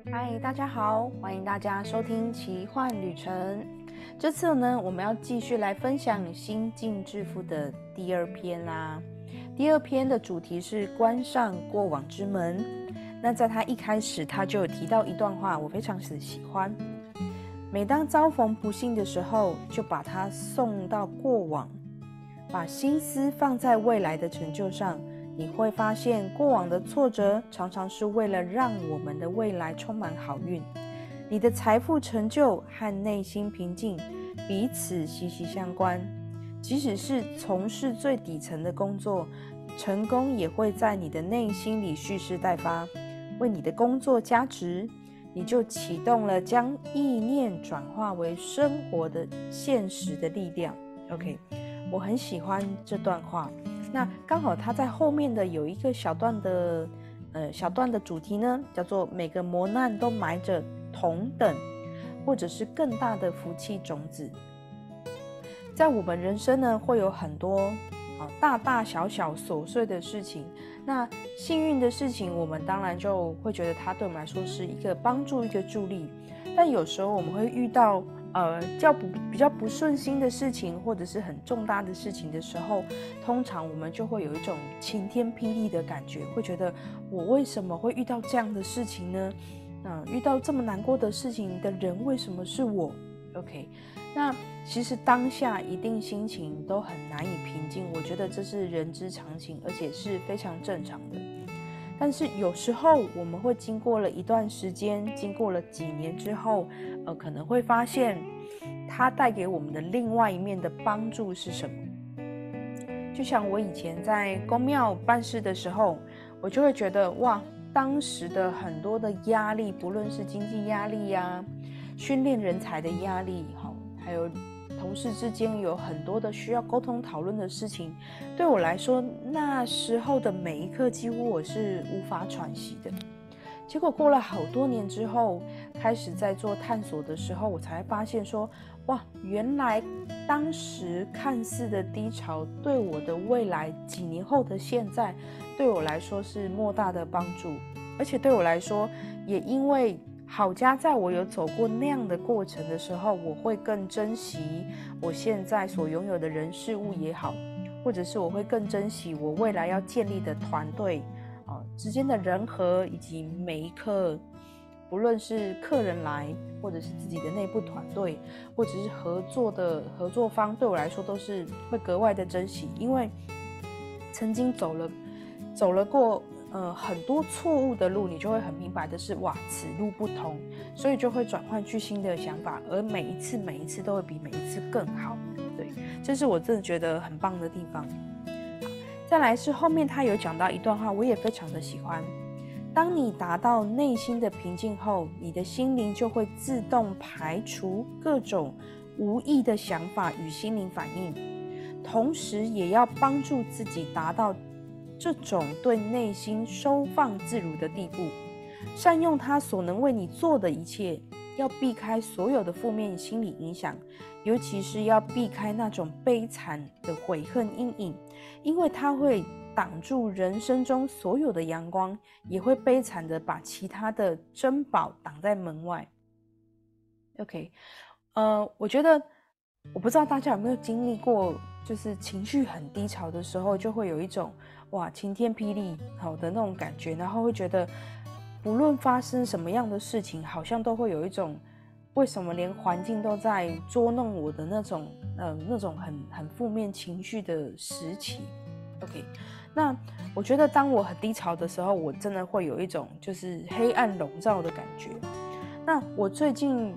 嗨，大家好，欢迎大家收听奇幻旅程。这次呢，我们要继续来分享《心境致富》的第二篇啦。第二篇的主题是关上过往之门。那在他一开始，他就有提到一段话，我非常喜欢。每当遭逢不幸的时候，就把它送到过往，把心思放在未来的成就上。你会发现，过往的挫折常常是为了让我们的未来充满好运。你的财富成就和内心平静彼此息息相关。即使是从事最底层的工作，成功也会在你的内心里蓄势待发，为你的工作加持。你就启动了将意念转化为生活的现实的力量。OK， 我很喜欢这段话。那刚好他在后面的有一个小段的主题呢，叫做每个磨难都埋着同等或者是更大的福气种子。在我们人生呢，会有很多大大小小琐碎的事情。那幸运的事情，我们当然就会觉得它对我们来说是一个帮助，一个助力。但有时候我们会遇到比较不顺心的事情，或者是很重大的事情的时候，通常我们就会有一种晴天霹雳的感觉，会觉得我为什么会遇到这样的事情呢？遇到这么难过的事情的人为什么是我 ？OK， 那其实当下一定心情都很难以平静，我觉得这是人之常情，而且是非常正常的。但是有时候我们会经过了一段时间，经过了几年之后，可能会发现它带给我们的另外一面的帮助是什么。就像我以前在公庙办事的时候，我就会觉得哇，当时的很多的压力，不论是经济压力啊，训练人才的压力，还有同事之间有很多的需要沟通讨论的事情，对我来说，那时候的每一刻几乎我是无法喘息的。结果过了好多年之后，开始在做探索的时候，我才发现说，哇，原来当时看似的低潮，对我的未来几年后的现在，对我来说是莫大的帮助。而且对我来说，也因为好家在我有走过那样的过程的时候，我会更珍惜我现在所拥有的人事物也好，或者是我会更珍惜我未来要建立的团队之间的人和，以及每一刻不论是客人来，或者是自己的内部团队，或者是合作方，对我来说都是会格外的珍惜，因为曾经走了过很多错误的路，你就会很明白的是，哇，此路不通，所以就会转换去新的想法，而每一次都会比每一次更好。对，这是我真的觉得很棒的地方。再来是后面他有讲到一段话，我也非常的喜欢。当你达到内心的平静后，你的心灵就会自动排除各种无意的想法与心灵反应，同时也要帮助自己达到这种对内心收放自如的地步，善用它所能为你做的一切，要避开所有的负面心理影响，尤其是要避开那种悲惨的悔恨阴影，因为它会挡住人生中所有的阳光，也会悲惨的把其他的珍宝挡在门外。OK，我觉得我不知道大家有没有经历过，就是情绪很低潮的时候，就会有一种哇晴天霹雳好的那种感觉，然后会觉得不论发生什么样的事情，好像都会有一种为什么连环境都在捉弄我的那种很负面情绪的时期。OK， 那我觉得当我很低潮的时候，我真的会有一种就是黑暗笼罩的感觉。那我最近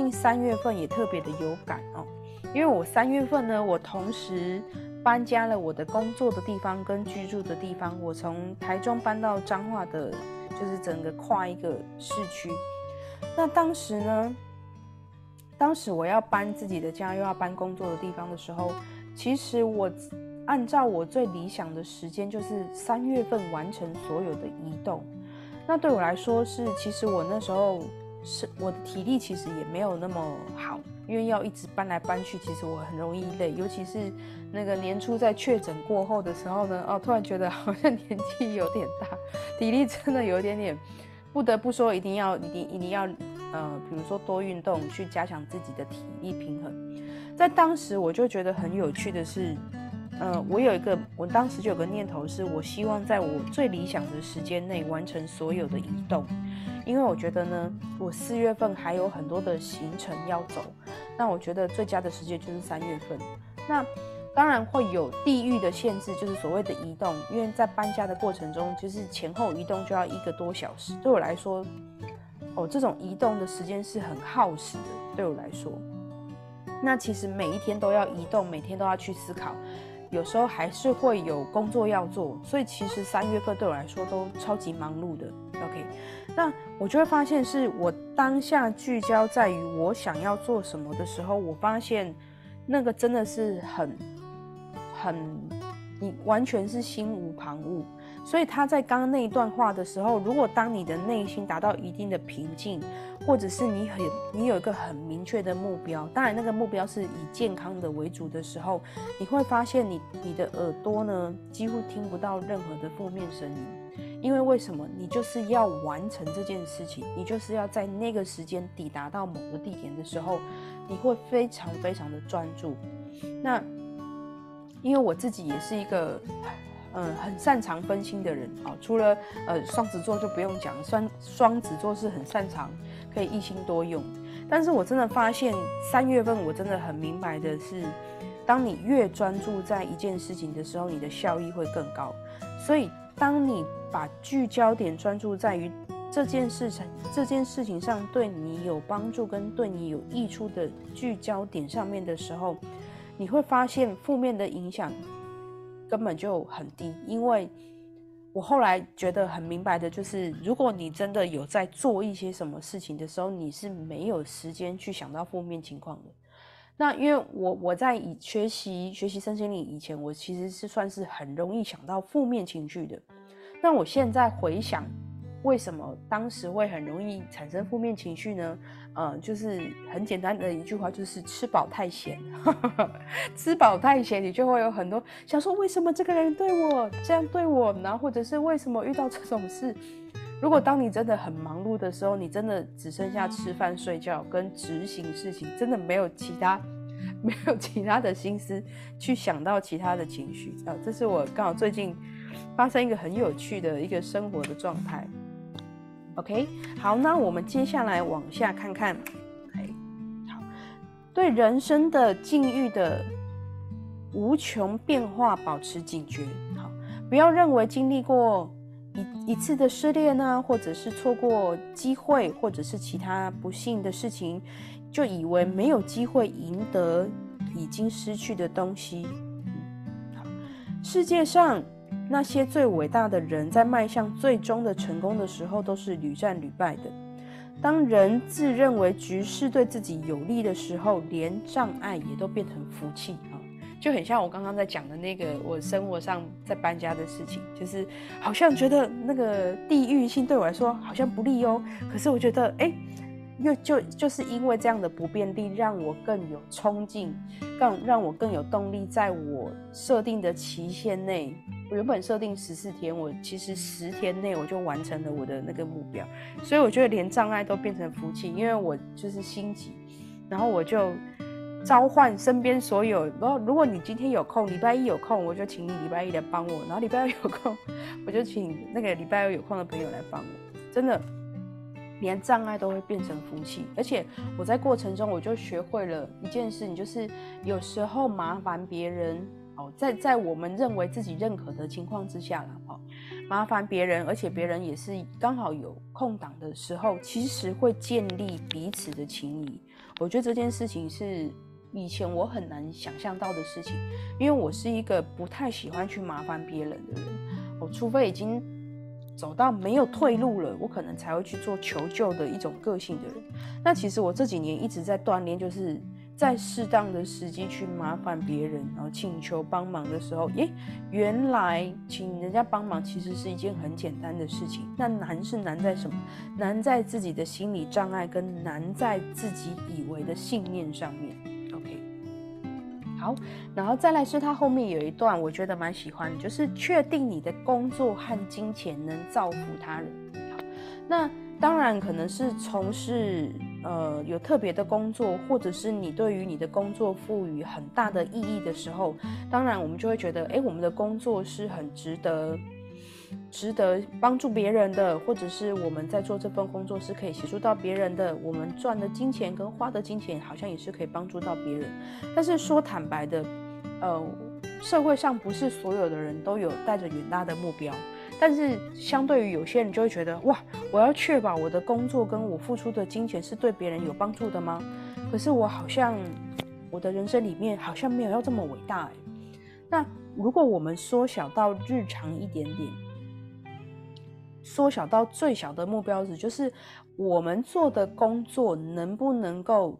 3月份也特别的有感因为我3月份呢，我同时搬家了我的工作的地方跟居住的地方，我从台中搬到彰化的，就是整个跨一个市区。那当时我要搬自己的家，又要搬工作的地方的时候，其实我按照我最理想的时间，就是3月份完成所有的移动。那对我来说其实我那时候我的体力其实也没有那么好，因为要一直搬来搬去，其实我很容易累，尤其是那个年初在确诊过后的时候呢，突然觉得好像年纪有点大，体力真的有点不得不说一定要比如说多运动，去加强自己的体力平衡。在当时我就觉得很有趣的是，我当时就有个念头是，我希望在我最理想的时间内完成所有的移动，因为我觉得呢，我4月份还有很多的行程要走，那我觉得最佳的时间就是3月份。那当然会有地域的限制，就是所谓的移动，因为在搬家的过程中，就是前后移动就要1个多小时，对我来说，这种移动的时间是很耗时的，对我来说。那其实每一天都要移动，每天都要去思考，有时候还是会有工作要做，所以其实3月份对我来说都超级忙碌的。OK， 那我就会发现是我当下聚焦在于我想要做什么的时候，我发现那个真的是你完全是心无旁骛。所以他在刚刚那一段话的时候，如果当你的内心达到一定的平静，或者是你有一个很明确的目标，当然那个目标是以健康的为主的时候，你会发现你的耳朵呢几乎听不到任何的负面声音。因为什么？你就是要完成这件事情，你就是要在那个时间抵达到某个地点的时候，你会非常非常的专注。那因为我自己也是一个很擅长分心的人，除了双子座就不用讲，双子座是很擅长可以一心多用。但是我真的发现3月份我真的很明白的是，当你越专注在一件事情的时候，你的效益会更高。所以当你把聚焦点专注在于这件事情上对你有帮助跟对你有益处的聚焦点上面的时候，你会发现负面的影响根本就很低。因为我后来觉得很明白的就是，如果你真的有在做一些什么事情的时候，你是没有时间去想到负面情况的。那因为我在学习身心灵以前，我其实是算是很容易想到负面情绪的。那我现在回想，为什么当时会很容易产生负面情绪呢？就是很简单的一句话，就是吃饱太闲。吃饱太闲，你就会有很多想说，为什么这个人对我这样对我，然后或者是为什么遇到这种事。如果当你真的很忙碌的时候，你真的只剩下吃饭睡觉跟执行事情，真的没有其他的心思去想到其他的情绪。这是我刚好最近发生一个很有趣的一个生活的状态。OK， 好，那我们接下来往下看看。好，对人生的境遇的无穷变化保持警觉。好，不要认为经历过一次的失恋啊，或者是错过机会，或者是其他不幸的事情，就以为没有机会赢得已经失去的东西。好，世界上那些最伟大的人在迈向最终的成功的时候，都是屡战屡败的。当人自认为局势对自己有利的时候，连障碍也都变成福气。就很像我刚刚在讲的那个我生活上在搬家的事情，就是好像觉得那个地域性对我来说好像不利哦，可是我觉得就是因为这样的不便利，让我更有冲劲，让我更有动力，在我设定的期限内，我原本设定14天，我其实10天内我就完成了我的那个目标。所以我觉得连障碍都变成福气，因为我就是心急，然后我就召唤身边所有，然后如果你今天有空，礼拜一有空，我就请你礼拜一来帮我，然后礼拜二有空，我就请那个礼拜二有空的朋友来帮我。真的连障碍都会变成福气。而且我在过程中我就学会了一件事情，就是有时候麻烦别人在我们认为自己认可的情况之下麻烦别人，而且别人也是刚好有空档的时候，其实会建立彼此的情谊。我觉得这件事情是以前我很难想象到的事情，因为我是一个不太喜欢去麻烦别人的人，除非已经走到没有退路了，我可能才会去做求救的一种个性的人。那其实我这几年一直在锻炼，就是在适当的时机去麻烦别人，然后请求帮忙的时候，原来请人家帮忙其实是一件很简单的事情。那难是难在什么？难在自己的心理障碍，跟难在自己以为的信念上面。OK， 好，然后再来是他后面有一段我觉得蛮喜欢的，就是确定你的工作和金钱能造福他人。 那当然可能是从事有特别的工作，或者是你对于你的工作赋予很大的意义的时候，当然我们就会觉得，我们的工作是很值得帮助别人的，或者是我们在做这份工作是可以协助到别人的，我们赚的金钱跟花的金钱好像也是可以帮助到别人。但是说坦白的，社会上不是所有的人都有带着远大的目标，但是相对于有些人就会觉得，哇，我要确保我的工作跟我付出的金钱是对别人有帮助的吗？可是我好像我的人生里面好像没有要这么伟大。那如果我们缩小到日常一点点，缩小到最小的目标值，就是我们做的工作能不能够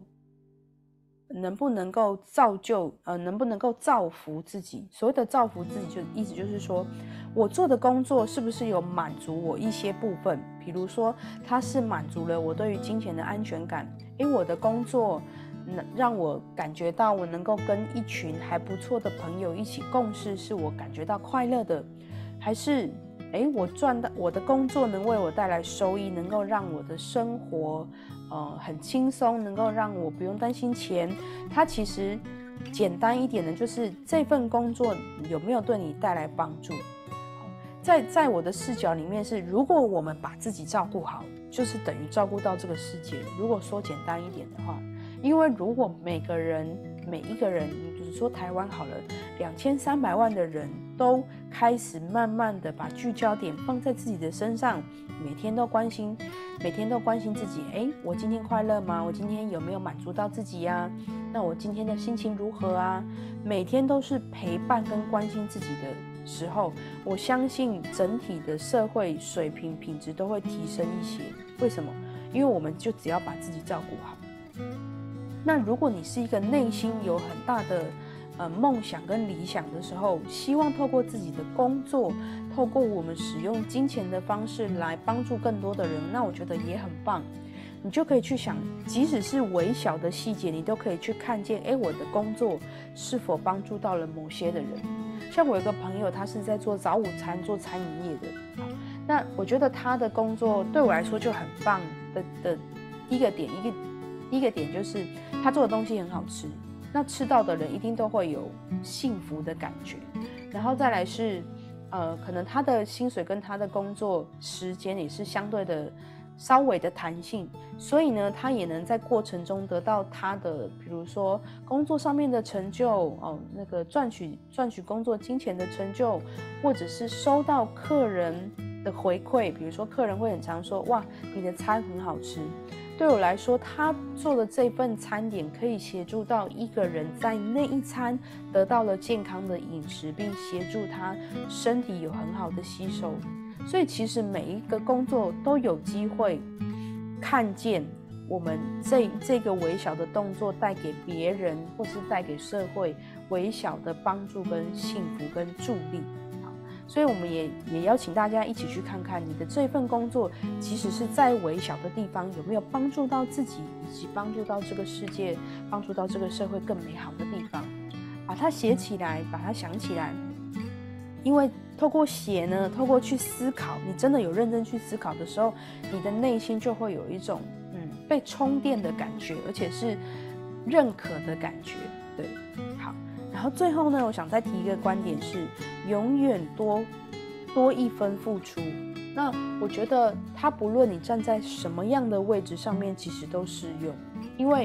造就能不能够造福自己。所谓的造福自己，就意思就是说，我做的工作是不是有满足我一些部分，比如说它是满足了我对于金钱的安全感，我的工作让我感觉到我能够跟一群还不错的朋友一起共事，是我感觉到快乐的，还是我的工作能为我带来收益，能够让我的生活很轻松，能够让我不用担心钱。它其实简单一点的就是这份工作有没有对你带来帮助。在我的视角里面是，如果我们把自己照顾好，就是等于照顾到这个世界。如果说简单一点的话，因为如果每一个人，比如说台湾好了，2300万的人都开始慢慢的把聚焦点放在自己的身上，每天都关心自己，我今天快乐吗？我今天有没有满足到自己呀？那我今天的心情如何啊？每天都是陪伴跟关心自己的时候，我相信整体的社会水平品质都会提升一些。为什么？因为我们就只要把自己照顾好。那如果你是一个内心有很大的梦想跟理想的时候，希望透过自己的工作，透过我们使用金钱的方式来帮助更多的人，那我觉得也很棒。你就可以去想，即使是微小的细节，你都可以去看见，我的工作是否帮助到了某些的人。像我有个朋友，他是在做早午餐，做餐饮业的。那我觉得他的工作对我来说就很棒的第一个点就是他做的东西很好吃，那吃到的人一定都会有幸福的感觉。然后再来是可能他的薪水跟他的工作时间也是相对的稍微的弹性，所以呢他也能在过程中得到他的比如说工作上面的成就，那个赚取工作金钱的成就，或者是收到客人的回馈，比如说客人会很常说，哇，你的餐很好吃。对我来说，他做的这份餐点可以协助到一个人在那一餐得到了健康的饮食，并协助他身体有很好的吸收。所以其实每一个工作都有机会看见我们这个微小的动作带给别人或是带给社会微小的帮助跟幸福跟助力。所以我们也邀请大家一起去看看你的这份工作，即使是在微小的地方，有没有帮助到自己，以及帮助到这个世界，帮助到这个社会更美好的地方。把它写起来，把它想起来。因为透过写呢，透过去思考，你真的有认真去思考的时候，你的内心就会有一种被充电的感觉，而且是认可的感觉。对，好。然后最后呢，我想再提一个观点是，永远多一分付出。那我觉得它不论你站在什么样的位置上面，其实都适用。因为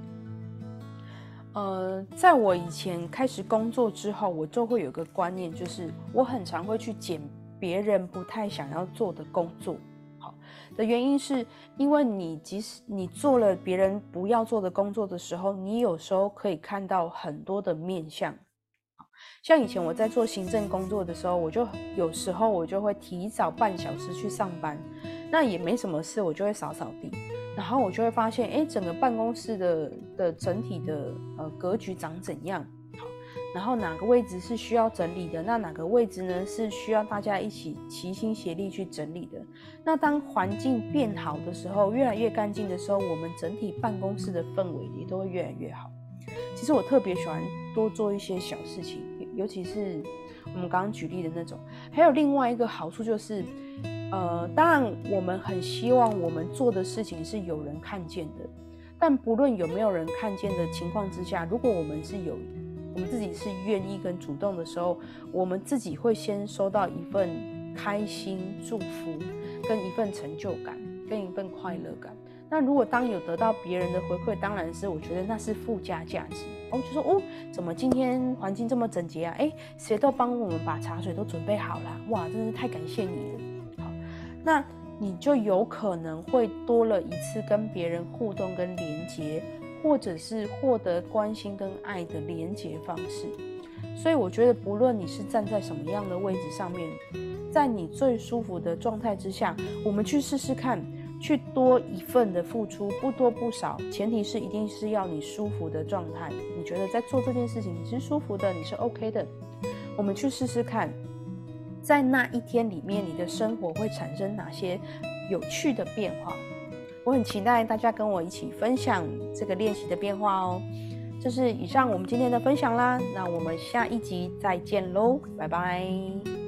在我以前开始工作之后，我就会有个观念，就是我很常会去捡别人不太想要做的工作。好的原因是因为即使你做了别人不要做的工作的时候，你有时候可以看到很多的面向。像以前我在做行政工作的时候，有时候我就会提早半小时去上班，那也没什么事，我就会扫扫地，然后我就会发现，整个办公室的整体的格局长怎样，然后哪个位置是需要整理的，那哪个位置呢是需要大家一起齐心协力去整理的。那当环境变好的时候，越来越干净的时候，我们整体办公室的氛围也都会越来越好。其实我特别喜欢多做一些小事情，尤其是我们刚刚举例的那种。还有另外一个好处就是， 当然我们很希望我们做的事情是有人看见的，但不论有没有人看见的情况之下，如果我们自己是愿意跟主动的时候，我们自己会先收到一份开心、祝福，跟一份成就感，跟一份快乐感。那如果当有得到别人的回馈，当然是我觉得那是附加价值。就说怎么今天环境这么整洁啊？谁都帮我们把茶水都准备好了，哇，真是太感谢你了。好，那你就有可能会多了一次跟别人互动跟连结，或者是获得关心跟爱的连结方式。所以我觉得不论你是站在什么样的位置上面，在你最舒服的状态之下，我们去试试看，去多一份的付出，不多不少，前提是一定是要你舒服的状态，你觉得在做这件事情你是舒服的，你是 OK 的，我们去试试看，在那一天里面你的生活会产生哪些有趣的变化。我很期待大家跟我一起分享这个练习的变化哦。这是以上我们今天的分享啦，那我们下一集再见咯，拜拜。